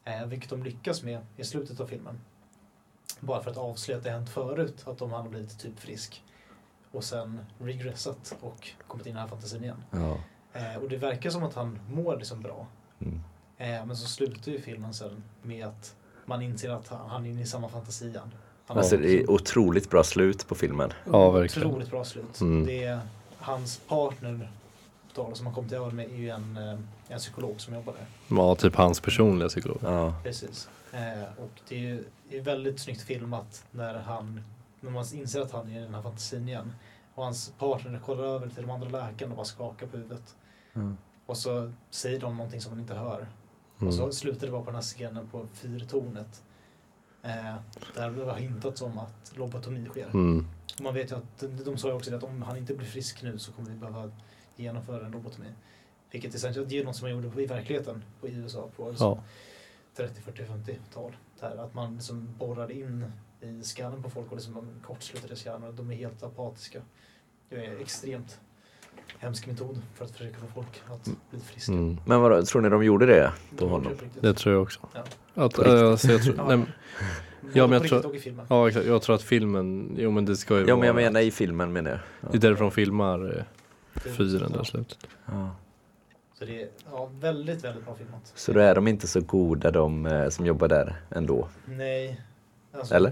Eh, vilket de lyckas med i slutet av filmen. Bara för att avslöja att det hänt förut, att de har blivit typ frisk. Och sen regressat och kommit in i den här fantasin igen. Ja. Eh, och det verkar som att han mår liksom bra. Mm. Eh, men så slutar ju filmen sen med att man inser att han, han är inne i samma fantasi igen. Han Alltså har det är otroligt bra slut på filmen. Ja, verkligen. Otroligt bra slut. Mm. Det är hans partner då, som han kom till över med är ju en, eh, en psykolog som jobbar där. Ja, typ hans personliga psykolog. Ja. Precis. Eh, och det är ju det är väldigt snyggt filmat när han när man inser att han är i den här fantasin igen. Och hans partner kollar över till de andra läkarna och bara skakar på huvudet. Mm. Och så säger de någonting som man inte hör. Mm. Och så slutar det bara på den här scenen på fyrtornet. Eh, där det var hintat om att lobotomi sker. Mm. Och man vet ju att de, de sa ju också att om han inte blir frisk nu så kommer vi behöva genomföra en lobotomi. Vilket är ju något som man gjorde i verkligheten på i U S A på Ja. trettio, fyrtio, femtio-tal. Där att man liksom borrade in i skallen på folk och liksom kortslutade skallen och de är helt apatiska. Det är extremt hemsk metod för att försöka få folk att bli friska. Mm. Men vad tror ni de gjorde det på De honom? gjorde det på riktigt. Det tror jag också. Ja. Att, På riktigt? äh, alltså, jag tror, Ja. nej, men- Både Ja, men jag på riktigt tror- och i filmen. ja, exakt. Jag tror att filmen, jo men det ska ju Ja vara, men jag menar i filmen menar jag. Ja. det är därifrån filmar eh, fyren där Ja. slutet. Ja. Så det är ja, väldigt, väldigt bra filmat. Så då är de inte så goda de eh, som jobbar där ändå? Nej. Alltså, Eller?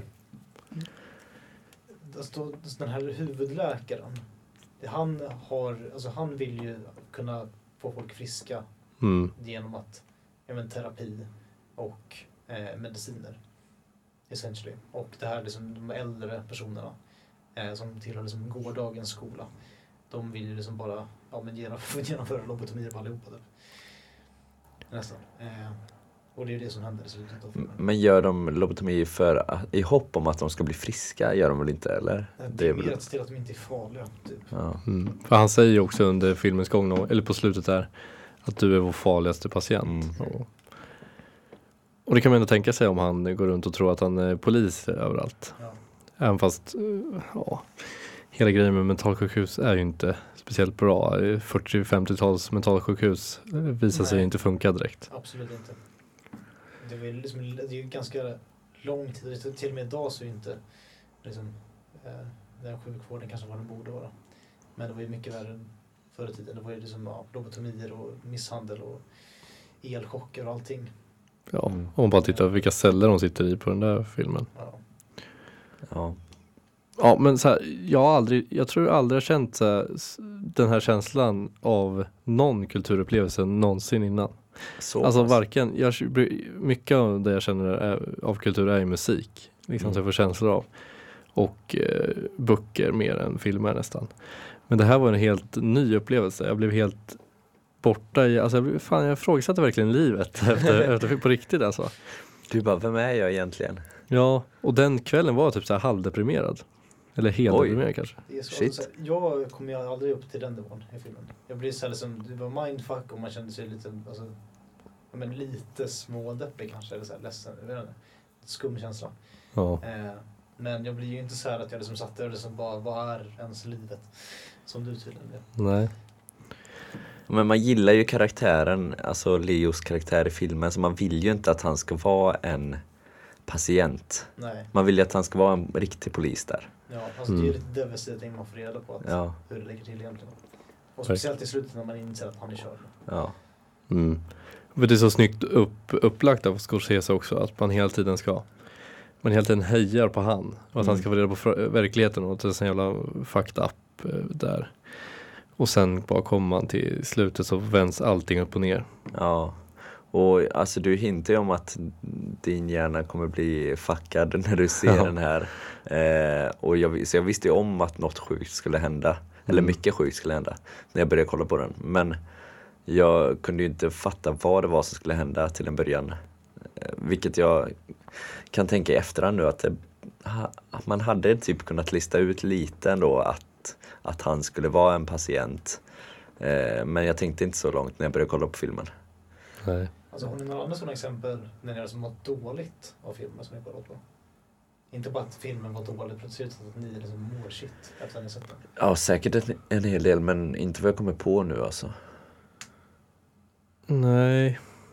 Alltså, den här huvudläkaren. Det han har, alltså han vill ju kunna få folk friska Mm. genom att ja, men, terapi och eh, mediciner. Essentially. Och det här liksom de äldre personerna eh, som tillhör liksom gårdagens skola. De vill ju liksom bara ja, men genomföra, genomföra lobotomier på allihopa. Typ. Nästan. Eh, och det är ju det som händer i slutet av filmen. Men gör de lobotomi för, i hopp om att de ska bli friska? Gör de väl inte eller? Det är väl- mer till att de inte är farliga. Typ. Ja. Mm. För han säger ju också under filmens gång, nå- eller på slutet där, att du är vår farligaste patient. Mm. Och, och det kan man ändå tänka sig om han går runt och tror att han är polis överallt. Ja. Även fast, eh, ja, hela grejen med mentalsjukhus är ju inte speciellt bra. fyrtio-femtio-tals mentalsjukhus eh, visar sig Nej. inte funka direkt. Absolut inte. Det är ju liksom, det är ju ganska lång tid, till och med idag så är ju inte liksom, eh, den sjukvården kanske vad den borde vara. Men det var ju mycket värre än förr i tiden. Det var ju liksom ja, lobotomier och misshandel och elchocker och allting. Ja, Mm. om man bara tittar på vilka celler de sitter i på den där filmen. Ja. Ja. Ja, men så här, jag har aldrig, jag tror jag aldrig har känt så här, s- den här känslan av någon kulturupplevelse någonsin innan. Så Alltså pass. varken, jag, mycket av det jag känner är, av kultur är ju musik. Liksom Mm. som jag får känslor av. Och eh, böcker mer än filmer nästan. Men det här var en helt ny upplevelse. Jag blev helt borta i, alltså jag, blev, fan, jag ifrågasatte verkligen livet efter, efter, på riktigt alltså. Du bara, vem är jag egentligen? Ja, och den kvällen var jag typ så här halvdeprimerad. Eller helt Oj. deprimerad kanske. Det är så, Shit. så här, jag kom ju aldrig upp till den nivån i filmen. Jag blev så här liksom, det var mindfuck och man kände sig lite, alltså, ja, men lite smådeppig kanske, eller så här ledsen, jag vet inte, skum känsla. Ja. Eh, men jag blir ju inte så här att jag liksom satt där och liksom bara, vad är ens livet? Som du tydligen är. Nej. Men man gillar ju karaktären, alltså Leos karaktär i filmen, så man vill ju inte att han ska vara en patient. Nej, Man vill ju att han ska vara en riktig polis där. ja, alltså Mm. det är ju lite devastating man får reda på att, Ja, hur det ligger till egentligen. Och speciellt i slutet när man inser att han är körd. ja. Mm. För det är så snyggt upp, upplagt av Scorsese också, att man hela tiden ska man hela tiden hejar på han och att Mm. han ska få reda på fr- verkligheten och att det är så jävla fucked up eh, där. Och sen bara kommer man till slutet så vänds allting upp och ner. Ja, och alltså du hintar ju om att din hjärna kommer bli fuckad när du ser Ja. den här. Eh, och jag, så jag visste ju om att något sjukt skulle hända. Eller Mm. mycket sjukt skulle hända när jag började kolla på den. Men jag kunde ju inte fatta vad det var som skulle hända till en början. Eh, vilket jag kan tänka i efterhand nu att, det, att man hade typ kunnat lista ut lite ändå att, att han skulle vara en patient. Eh, men jag tänkte inte så långt när jag började kolla på filmen. Nej. Alltså har ni några andra sådana exempel när ni har som mått dåligt av filmer som ni har kollat på? Inte bara att filmen var dålig producerad utan att ni liksom mår shit efter att ni sett den. Ja, säkert en, en hel del, men inte vad jag kommer på nu alltså. Nej.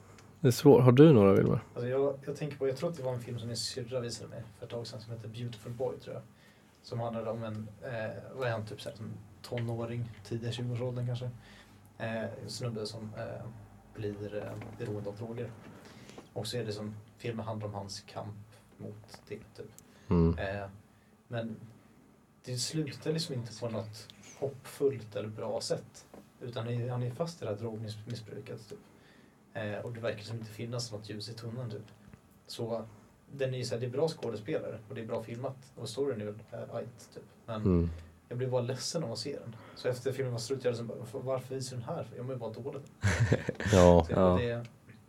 Det är svårt. Har du några, Wilmer? Alltså jag, jag tänker på, jag tror att det var en film som min syrra visade mig för ett tag sedan som heter Beautiful Boy, tror jag. Som handlar om en, eh, vad är han, typ såhär, som tonåring, tidiga tjugoårsåldern kanske. Eh, snubbe som eh, blir eh, beroende av droger. Och så är det som, filmen handlar om hans kamp mot det, typ. Mm. Eh, men det slutar liksom inte på något hoppfullt eller bra sätt. Utan han är, han är fast i det här drogmissbruket, typ. Eh, och det verkar som inte finnas något ljus i tunneln, typ. Så den är ju så här, det är bra skådespelare och det är bra filmat. Och storyn är väl äh, ajt, typ. Men Mm. jag blev bara ledsen av att se den. Så efter filmen var slut, jag bara, varför visar den här? Jag mår ju bara dåligt. Ja. Så Ja. det,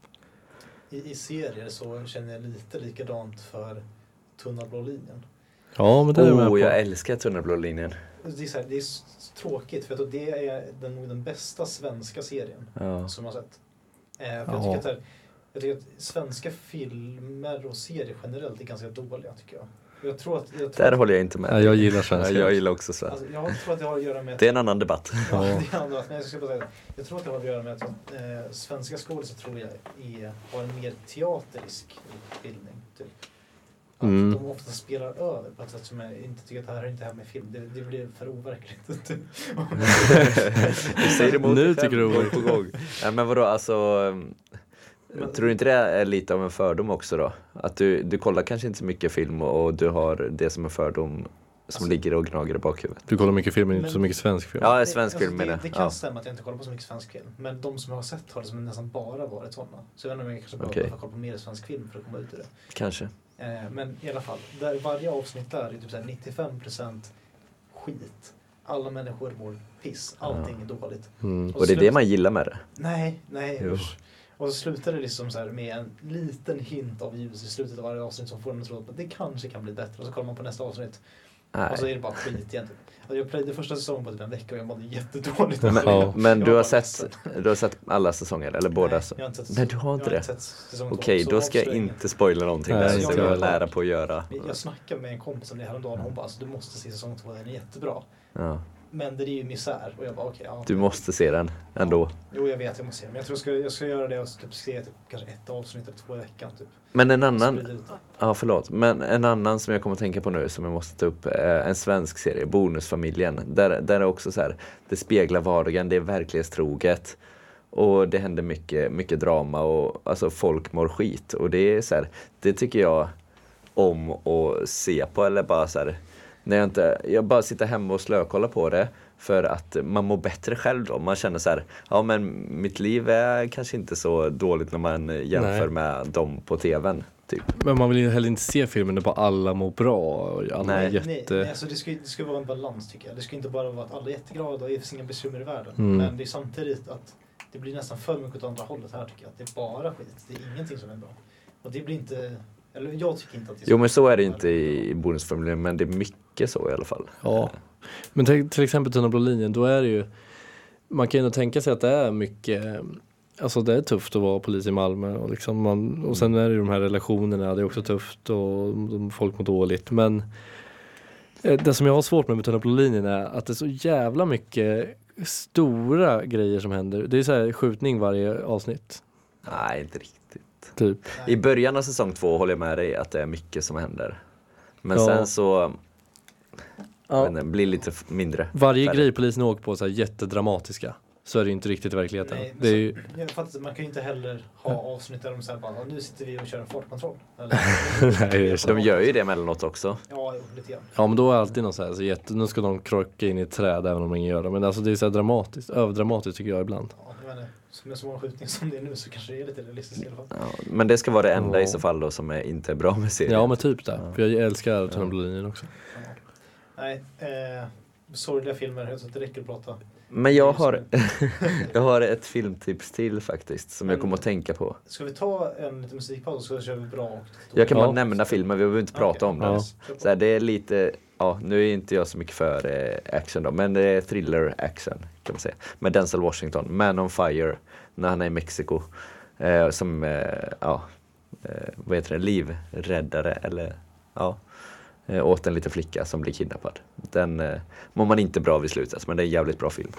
i, I serier så känner jag lite likadant för Tunna blå linjen. Ja, men det är jag med Oh, på. jag älskar Tunna blå linjen. Det är, så här, det är s- tråkigt för att det är den, nog den bästa svenska serien Ja. som jag har sett. Eh, för jag, Ja. tycker att, det här- jag tycker att svenska filmer och serier generellt är ganska dåliga, tycker jag. Jag tror att... Jag, tror Där att, håller jag inte med. Ja, jag gillar Ja, svenska. jag gillar också så. alltså, jag tror att det har att göra med... Att, Det är en annan debatt. ja, det Ja. är annat, men jag, ska bara säga, jag tror att det har att göra med att eh, svenska skådespelare tror jag är, har en mer teaterisk utbildning, typ. Att Mm. de ofta spelar över på ett sätt som jag inte tycker att det här är inte här med film. Det, det blir för overkligt. Typ. Du säger emot Nu dig tycker själv du gång på gång. Nej, men vadå, alltså... Men- Tror du inte det är lite av en fördom också då? Att du, du kollar kanske inte så mycket film och, och du har det som en fördom som Alltså- ligger och gnager i bakhuvudet. Du kollar mycket film men inte Men- så mycket svensk film. Ja, Det- svensk film det, menar det jag. kan Ja. stämma att jag inte kollar på så mycket svensk film. Men de som jag har sett har det som nästan bara varit sådana. Så jag vet inte om jag kanske Okej. behöver kolla på mer svensk film för att komma ut ur det. Kanske. Eh, men i alla fall, där varje avsnitt där är typ så här nittiofem procent skit. Alla människor mår piss. Allting är dåligt. Mm. Och det är det man gillar med det. Nej, nej. Jo. Usch. Och så slutar det liksom så här med en liten hint av ljus i slutet av varje avsnitt som får en att tro att det kanske kan bli bättre. Och så kollar man på nästa avsnitt och så är Nej. det bara skit igen. Typ. Alltså jag plöjde första säsongen på typ en vecka och jag mådde jättedåligt. Men, Ja. men Jag du var har bara sett, ledsen. du har sett alla säsonger, eller båda? Nej, så- jag har inte sett, Nej, du har inte jag det? sett säsong två, Okej, så då ska jag avslöja inte spoila någonting Nej, där. inte Så jag jag är heller. nära på att göra. inget. Jag snackade med en kompis om det här om dagen och hon bara, alltså, du måste se säsong två, den är jättebra. Ja. Men det är ju misär. Och jag bara, okej, ja. Du måste se den ändå. Jo, jag vet, jag måste se den. Men jag tror jag ska, jag ska göra det och typ se typ, kanske ett avsnitt eller två i veckan. Typ. Men en annan, Sprida ut det. ja förlåt, men en annan som jag kommer att tänka på nu som jag måste ta upp är en svensk serie, Bonusfamiljen. Där, där är också så här, det speglar vardagen, det är verklighetstroget. Och det händer mycket, mycket drama och alltså folk mår skit. Och det är så här, det tycker jag om att se på, eller bara så här, när jag inte, jag bara sitter hemma och slökollar på det. För att man mår bättre själv då. Man känner så här, ja men mitt liv är kanske inte så dåligt när man jämför Nej. med dem på tvn. Typ. Men man vill ju heller inte se filmen där bara alla mår bra och alla Nej. är jätte... Nej, nej, alltså det ska, det ska vara en balans, tycker jag. Det ska inte bara vara att alla är jätteglada och det finns inga bekymmer i världen. Mm. Men det är samtidigt att det blir nästan för mycket åt andra hållet här, tycker jag. Att det är bara skit. Det är ingenting som är bra. Och det blir inte... Eller jag tycker inte att det är Jo men så är det inte i, i Bonusfamiljen, men det är mycket så i alla fall. Ja. Men till, till exempel Tunna blå linjen, då är det ju... Man kan ju nog tänka sig att det är mycket... Alltså det är tufft att vara polis i Malmö och, liksom man, och sen är det ju de här relationerna, det är också tufft och de, folk mår dåligt. Men eh, det som jag har svårt med med Tunna blå linjen är att det är så jävla mycket stora grejer som händer. Det är så här skjutning varje avsnitt, Nej, inte riktigt. typ. I början av säsong två håller jag med dig att det är mycket som händer. Men Ja. sen så Ja. men det blir lite f- mindre. Varje Färre. grej polisen åker på så här jättedramatiska, så är det ju inte riktigt i verkligheten. Nej, men Det är så, ju, jag fattar, man kan ju inte heller ha avsnitt där de säger bara, "Ja, nu sitter vi och kör en fartkontroll." Eller, Nej, det är så. De gör ju det emellanåt också. Ja, jo, lite grann. ja men då är alltid någon så här, så jätte, nu ska de krocka in i ett träd även om ingen gör det. Men alltså det är så här dramatiskt, överdramatiskt tycker jag ibland. Ja, jag menar, som med så många skjutningar som det är nu så kanske det är lite realistiskt i alla fall. Ja, men det ska vara det enda Ja. i så fall då som är inte är bra med serien. Ja men typ det, Ja. för jag älskar Tunna Ja. blå linjen också. Ja. Nej, eh, sorgliga filmer, jag tror att det räcker att prata. Men jag har, jag har ett filmtips till faktiskt som jag Men- kommer att tänka på. Ska vi ta en liten musikpaus så kör vi bra och Jag kan Ja. bara nämna filmen, vi behöver inte prata om den. Ja. Så här, det är lite, ja nu är inte jag så mycket för eh, action då, men det är thriller action kan man säga. Med Denzel Washington, Man on Fire, när han är i Mexiko. Eh, som, eh, ja, eh, vad heter det, livräddare eller, ja, eh, åt en liten flicka som blir kidnappad. Den eh, mår man inte bra vid slutet, men det är en jävligt bra film.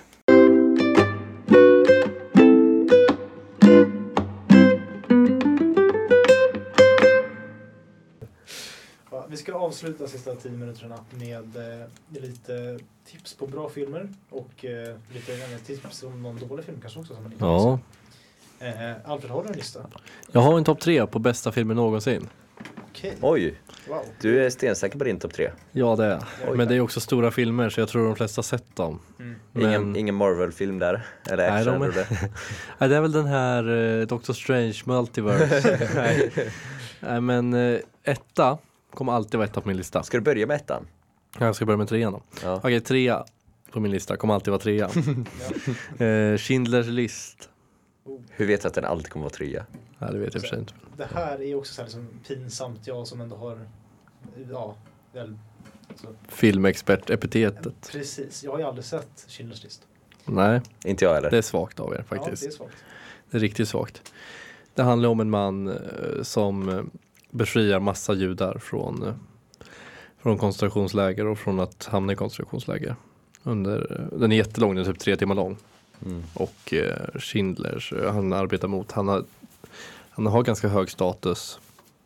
vi ska avsluta sista tio minuterna med eh, lite tips på bra filmer och eh, lite eh, tips om någon dålig film kanske också som man inte Ja. eh, Alfred, har du en lista? Jag har en topp tre på bästa filmer någonsin. Okej. Oj, Wow. du är stensäker på din topp tre. Ja, det är Oj. Men det är också stora filmer så jag tror de flesta sett dem. Mm. Men... Ingen, ingen Marvel-film där? Eller Nej, action? de är- eller? Nej, det är väl den här uh, Doctor Strange Multiverse. Nej. Nej, men uh, etta kommer alltid vara etta på min lista. Ska du börja med ettan? Jag ska börja med trean då. Ja. Okej, trea på min lista kommer alltid vara trean. Ja. uh, Schindlers list. Hur vet du att den alltid kommer vara trea? Nej, det vet jag för sig inte. Det här är också så här liksom pinsamt, jag som ändå har ja, väl, så, Filmexpert-epitetet. precis. Jag har ju aldrig sett Schindler's list. Nej, Inte jag heller. det är svagt av er faktiskt. Ja, det är svagt. Det är riktigt svagt. Det handlar om en man eh, som eh, befriar massa judar från, eh, från koncentrationsläger och från att hamna i koncentrationsläger. Under, eh, den är jättelång, den är typ tre timmar lång. Mm. Och eh, Schindlers, eh, han arbetar mot, han har, han har ganska hög status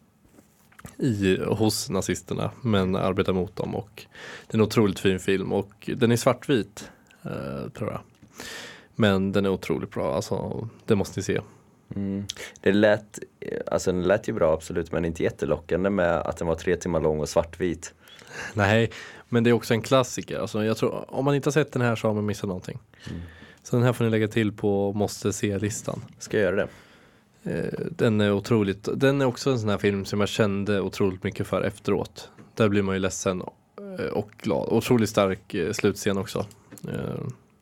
i, hos nazisterna, men arbetar mot dem. Och det är en otroligt fin film och den är svartvit, eh, tror jag. Men den är otroligt bra, alltså det måste ni se. Mm. Det lät, alltså den lät ju bra absolut, men inte jättelockande med att den var tre timmar lång och svartvit. Nej, men det är också en klassiker. Alltså, jag tror, om man inte har sett den här så har man missat någonting. Mm. Så den här får ni lägga till på måste se-listan. Ska jag göra det? Eh, den är otroligt, den är också en sån här film som jag kände otroligt mycket för efteråt. Där blir man ju ledsen eh, och glad. Otroligt stark eh, slutscen också. Eh,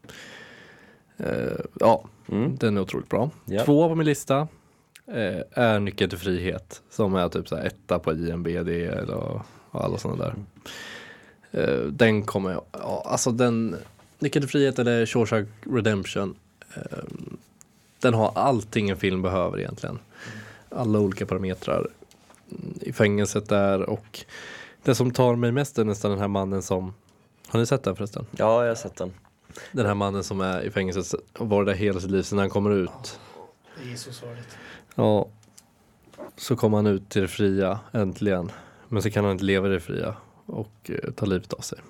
eh, ja, Mm. den är otroligt bra. Ja. Två på min lista eh, är Nyckeln till frihet. Som är typ så här etta på I M B D eller och alla sådana där. Eh, den kommer jag, ja, alltså den Nyckeln till frihet eller Shawshank Redemption. Eh, den har allting en film behöver egentligen. Alla olika parametrar i fängelset där, och det som tar mig mest är nästan den här mannen som, har ni sett den förresten? Ja, jag har sett den. Den här mannen som är i fängelset och var där hela sitt liv sen han kommer ut. Det är så sorgligt. Ja, så kommer han ut till det fria äntligen. Men så kan han inte leva i det fria och eh, ta livet av sig.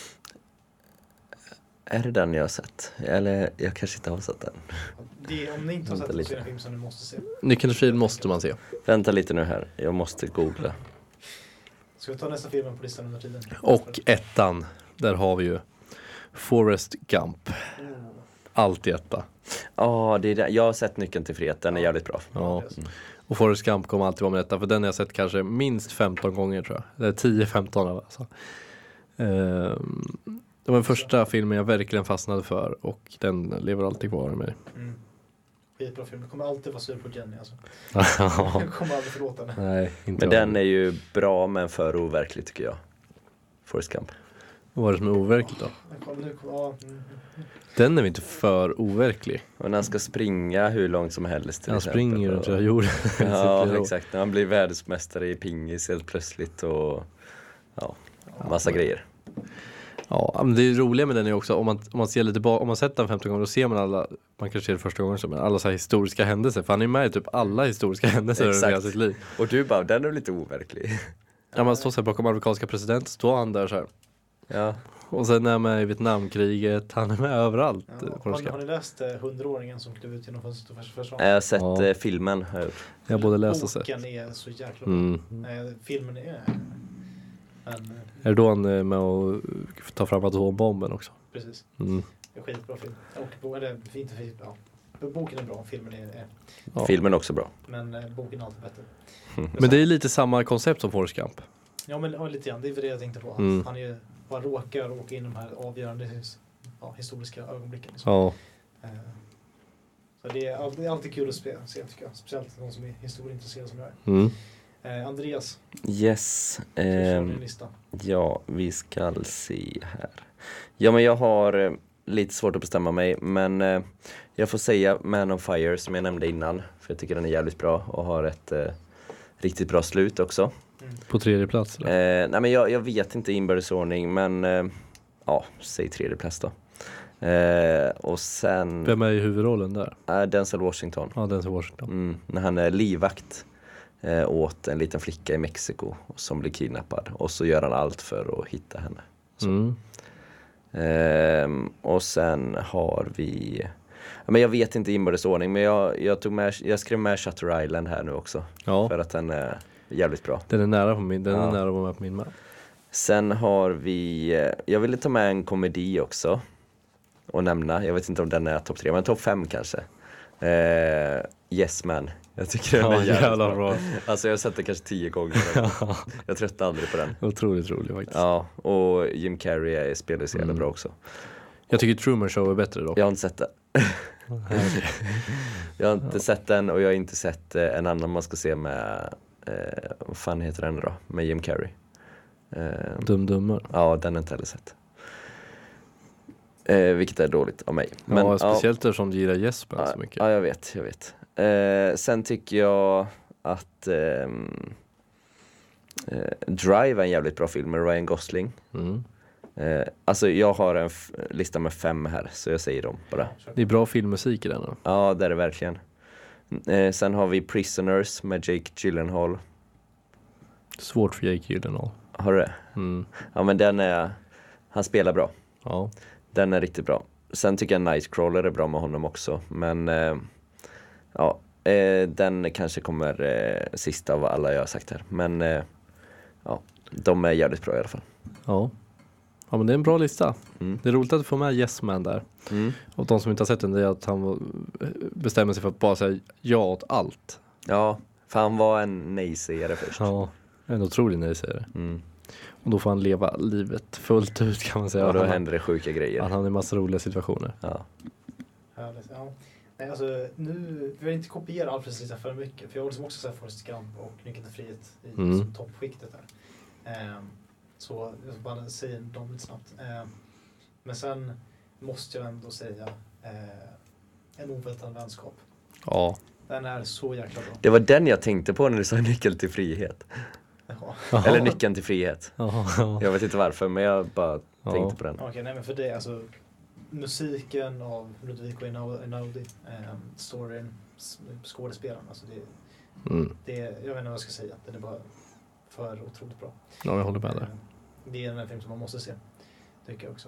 Är det den jag har sett? Eller jag kanske inte har sett den. Det, om ni inte har Vänta sett den lite. så är det en film som ni måste se. Nyckeln till frihet måste man se. Vänta lite nu här, jag måste googla. Ska vi ta nästa film på listan under tiden? Och ettan, där har vi ju Forrest Gump. Oh. Allt i etta. Ja, det är det. Jag har sett Nyckeln till frihet, den är jävligt bra. Ja. Mm. Och Forrest Gump kommer alltid vara med detta, för den har jag sett kanske minst femton gånger tror jag. Eller tio femton alltså. Ehm, det var den första filmen jag verkligen fastnade för, och den lever alltid kvar med mig. Mm. Skitbra film. Jag kommer alltid vara sur på Jenny alltså. Ja. Jag kommer aldrig förlåta henne. Nej, inte Men jag. den är ju bra men för overklig tycker jag. Forrest Gump. Vad var det som är overkligt då? Jag kommer, nu, kommer, ja, mm. Den är väl inte för overklig. Och när han ska springa hur långt som helst till Han exempel. springer runt Och- jag jorden. Ja, exakt. När han blir världsmästare i pingis helt plötsligt och ja, massa grejer. Ja, men det roliga med den är också, om man, om man ser lite ba- om man sett den femton gånger, då ser man alla, man kanske ser det första gången, så, men alla så här historiska händelser. För han är med i typ alla historiska händelser under Exakt. hela sitt liv. Och du bara, den är lite overklig. Ja, man står så här bakom amerikanska president, står han där så här. Ja, Och sen är han med i Vietnamkriget, han är med överallt. Ja, eh, har, Forrest ni- har Gump. ni läst eh, Hundraåringen som klev ut genom fönstret och försvann? jag har sett Ja. eh, filmen. Har jag gjort. Jag har både läst och sett. Boken är så jäkla bra. Mm. Nej, filmen är... Men, eh, Är det då han är med och tar fram atombomben också? precis. Mm. Det är en skitbra film. Och, bo- eller inte fint, ja. Boken är bra, filmen är... är Ja. Filmen är också bra. men eh, boken är alltid bättre. Men det är lite samma koncept som Forrest Gump. Ja, men ja, lite grann. Det är väl det jag tänkte på. Mm. Han är ju bara råkar åka in i de här avgörande his- ja, historiska ögonblicken. Liksom. Ja. Eh, Så det är alltid, det är alltid kul att se, se, tycker jag. Speciellt någon som är historieintresserad som jag är. Mm. Eh, Andreas, Yes. så kör ehm, din lista. Ja, vi ska se här. Ja, men jag har eh, lite svårt att bestämma mig, men eh, jag får säga Man on Fire som jag nämnde innan, för jag tycker den är jävligt bra och har ett eh, riktigt bra slut också. På tredje plats. Eller? Eh, nej, men jag, jag vet inte inbördesordning, men eh, ja, säg tredje plats då. Eh, och sen Vem är i huvudrollen där? eh, Denzel Washington. Ja, den som Washington. Mm, när han är livvakt eh, åt en liten flicka i Mexiko som blir kidnappad. Och så gör han allt för att hitta henne. Mm. Eh, och sen har vi... Men jag vet inte inbördes ordning, men jag, jag, tog med, jag skrev med Shutter Island här nu också. Ja. För att den är jävligt bra. Den är nära på min, den Ja. är nära att vara med på min med. Sen har vi, jag ville ta med en komedi också och nämna, jag vet inte om den är topp tre, men topp fem kanske. Eh, Yes Man. Jag tycker den är Ja, jävligt jävla bra. bra. Alltså jag har sett den kanske tio gånger. Jag tröttnar aldrig på den. Otroligt rolig faktiskt. Ja, och Jim Carrey är spelar så jävla Mm. bra också. Jag tycker Truman Show är bättre dock. Jag har inte sett den. Jag har inte sett den och jag har inte sett eh, en annan man ska se med, eh, vad fan heter den då? Med Jim Carrey. Eh, Dum Dummer. ja, den har jag inte heller sett. Eh, vilket är dåligt av mig. Men, ja, speciellt eftersom du gillar Jesper ja, så mycket. Ja, jag vet, jag vet. Eh, sen tycker jag att ehm, eh, Drive är en jävligt bra film med Ryan Gosling. Mm. Eh, alltså jag har en f- lista med fem här, så jag säger dem bara. Det är bra filmmusik i den då. Ja, det är det verkligen. Eh, sen har vi Prisoners med Jake Gyllenhaal. Svårt för Jake Gyllenhaal. Har du det? Mm. Ja, men den är, han spelar bra. Ja. Den är riktigt bra. Sen tycker jag Nightcrawler är bra med honom också. Men eh, ja, eh, den kanske kommer eh, sist av alla jag har sagt här. Men eh, ja, de är jävligt bra i alla fall. Ja. Ja, men det är en bra lista. Mm. Det är roligt att du får med Yes Man där. Mm. Och de som inte har sett den, det är att han bestämmer sig för att bara säga ja åt allt. Ja, för han var en nej-sägare först. Ja, en otrolig nej-sägare. Mm. Och då får han leva livet fullt ut kan man säga. Ja, då han, händer det sjuka grejer. han har en massa roliga situationer. Ja. Härligt, ja. Nej, alltså, nu, vi vill inte kopiera Alfreds lista för mycket. För jag har liksom också sett Forrest Gump och Nyckeln till frihet i Mm. liksom, toppskiktet här. Ehm, så jag ska bara säga dem lite snabbt. Ehm, men sen måste jag ändå säga eh, En oväntad vänskap. Ja. Den är så jäkla bra. Det var den jag tänkte på när du sa nyckeln till frihet. Ja. Eller nyckeln till frihet. Ja, ja. Jag vet inte varför, men jag bara Ja. tänkte på den. Okej, nej men för det, alltså musiken av Ludovico Einaudi, eh, storyn, s- skådespelaren, alltså det, Mm. det, jag vet inte vad jag ska säga, den är bara för otroligt bra. Ja, jag håller med där. Eh, Det är en film som man måste se, tycker jag också.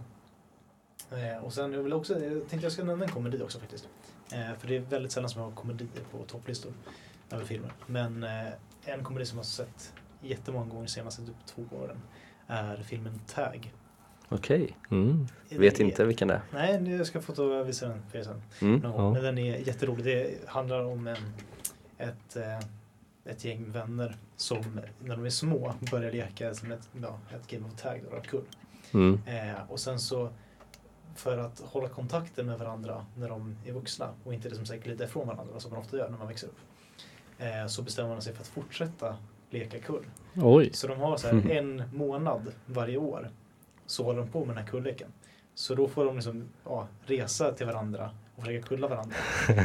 Eh, och sen jag vill också, jag tänkte jag ska nämna en komedi också faktiskt. Eh, för det är väldigt sällan som jag har komedier på topplistor över filmer. Men eh, en komedi som jag har sett jättemånga gånger senaste typ två åren är filmen Tag. Okej, Mm. vet Det är- inte vilken det är. Nej, nu ska jag få ta och visa den för er sen. Mm. No, Ja. Men den är jätterolig. Det handlar om en, ett, eh, ett gäng vänner som när de är små börjar leka som ett, ja, ett game of tag, då, kull. Mm. Eh, och sen så för att hålla kontakten med varandra när de är vuxna och inte liksom så här glida ifrån varandra som man ofta gör när man växer upp. Eh, så bestämmer man sig för att fortsätta leka kull. Oj. Så de har så här en månad varje år så håller de på med den här kulleken. Så då får de liksom, ja, resa till varandra och försöka kulla varandra.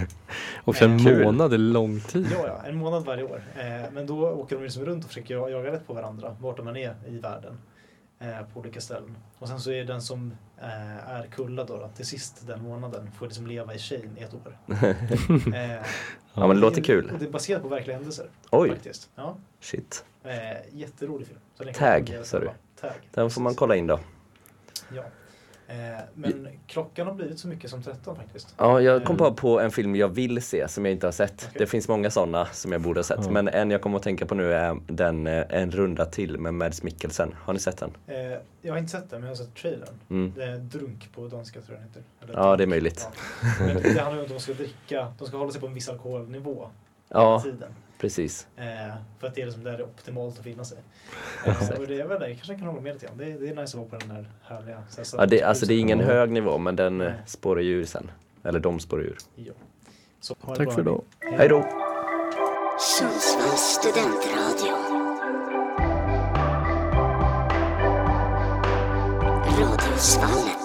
Och en Eh, kul. månad är lång tid. Ja, ja, en månad varje år. Eh, men då åker de liksom runt och försöker ja- jaga rätt på varandra, vart de än är i världen. Eh, på olika ställen. Och sen så är den som eh, är kullad då, då, till sist den månaden får liksom leva i Shane i ett år. Eh, Ja, men det låter är- kul. Och det är baserat på verkliga händelser. Oj, Faktiskt. Ja, shit. eh, jätterolig film. Så den kan Tag, man kolla sa du? själva. Tag. Den får man Precis. kolla in då. Ja. Eh, men klockan har blivit så mycket som tretton faktiskt. Ja, jag kom Eh, bara på en film jag vill se som jag inte har sett. Okej. Det finns många sådana som jag borde ha sett. Ja. Men en jag kommer att tänka på nu är den eh, En runda till med Mads Mikkelsen. Har ni sett den? Eh, jag har inte sett den, men jag har sett trailern. Mm. Det är Drunk på danska tror jag den heter. Eller Ja, det är Drunk. möjligt. Ja. Men det handlar ju om att de ska dricka, de ska hålla sig på en viss alkoholnivå Ja, hela tiden. precis. Eh, för att det är liksom där det är optimalt att finna sig. Eh, och det, jag vet inte, jag kanske kan hålla med lite grann. Det, det är nice att vara på den här härliga. Så här, så Ja, det, alltså det är ingen Ja. hög nivå, men den eh, Nej. spårar ju ur sen. Eller de spårar ur. Ja. Så, ha det Tack bra, för hörni. idag. Hej då! Sundsvalls studentradio. Radiosvallet.